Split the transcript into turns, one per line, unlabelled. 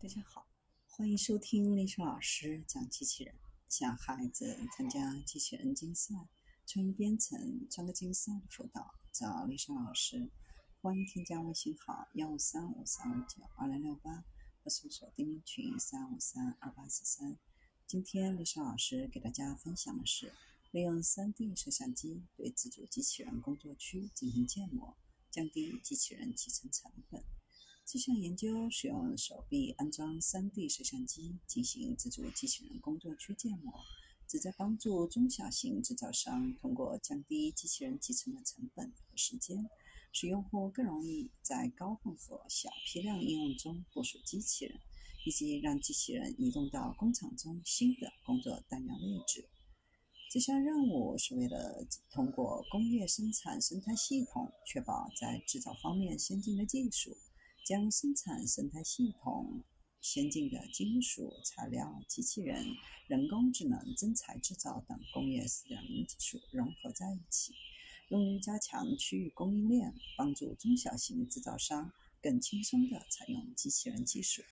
大家好，欢迎收听丽莎老师讲机器人。想孩子参加机器人竞赛、创意编程、创客竞赛的辅导，找丽莎老师。欢迎添加微信号15353592068，或搜索钉钉群3532843。今天丽莎老师给大家分享的是，利用 3D 摄像机对自主机器人工作区进行建模，降低机器人集成成本。这项研究使用手臂安装 3D 摄像机进行自主机器人工作区建模，旨在帮助中小型制造商通过降低机器人集成的成本和时间，使用户更容易在高混合小批量应用中部署机器人，以及让机器人移动到工厂中新的工作单元位置。这项任务是为了通过工业生产生态系统，确保在制造方面先进的技术，将生产生态系统先进的金属、材料、机器人、人工智能、增材制造等工业4.0技术融合在一起，用于加强区域供应链，帮助中小型制造商更轻松地采用机器人技术。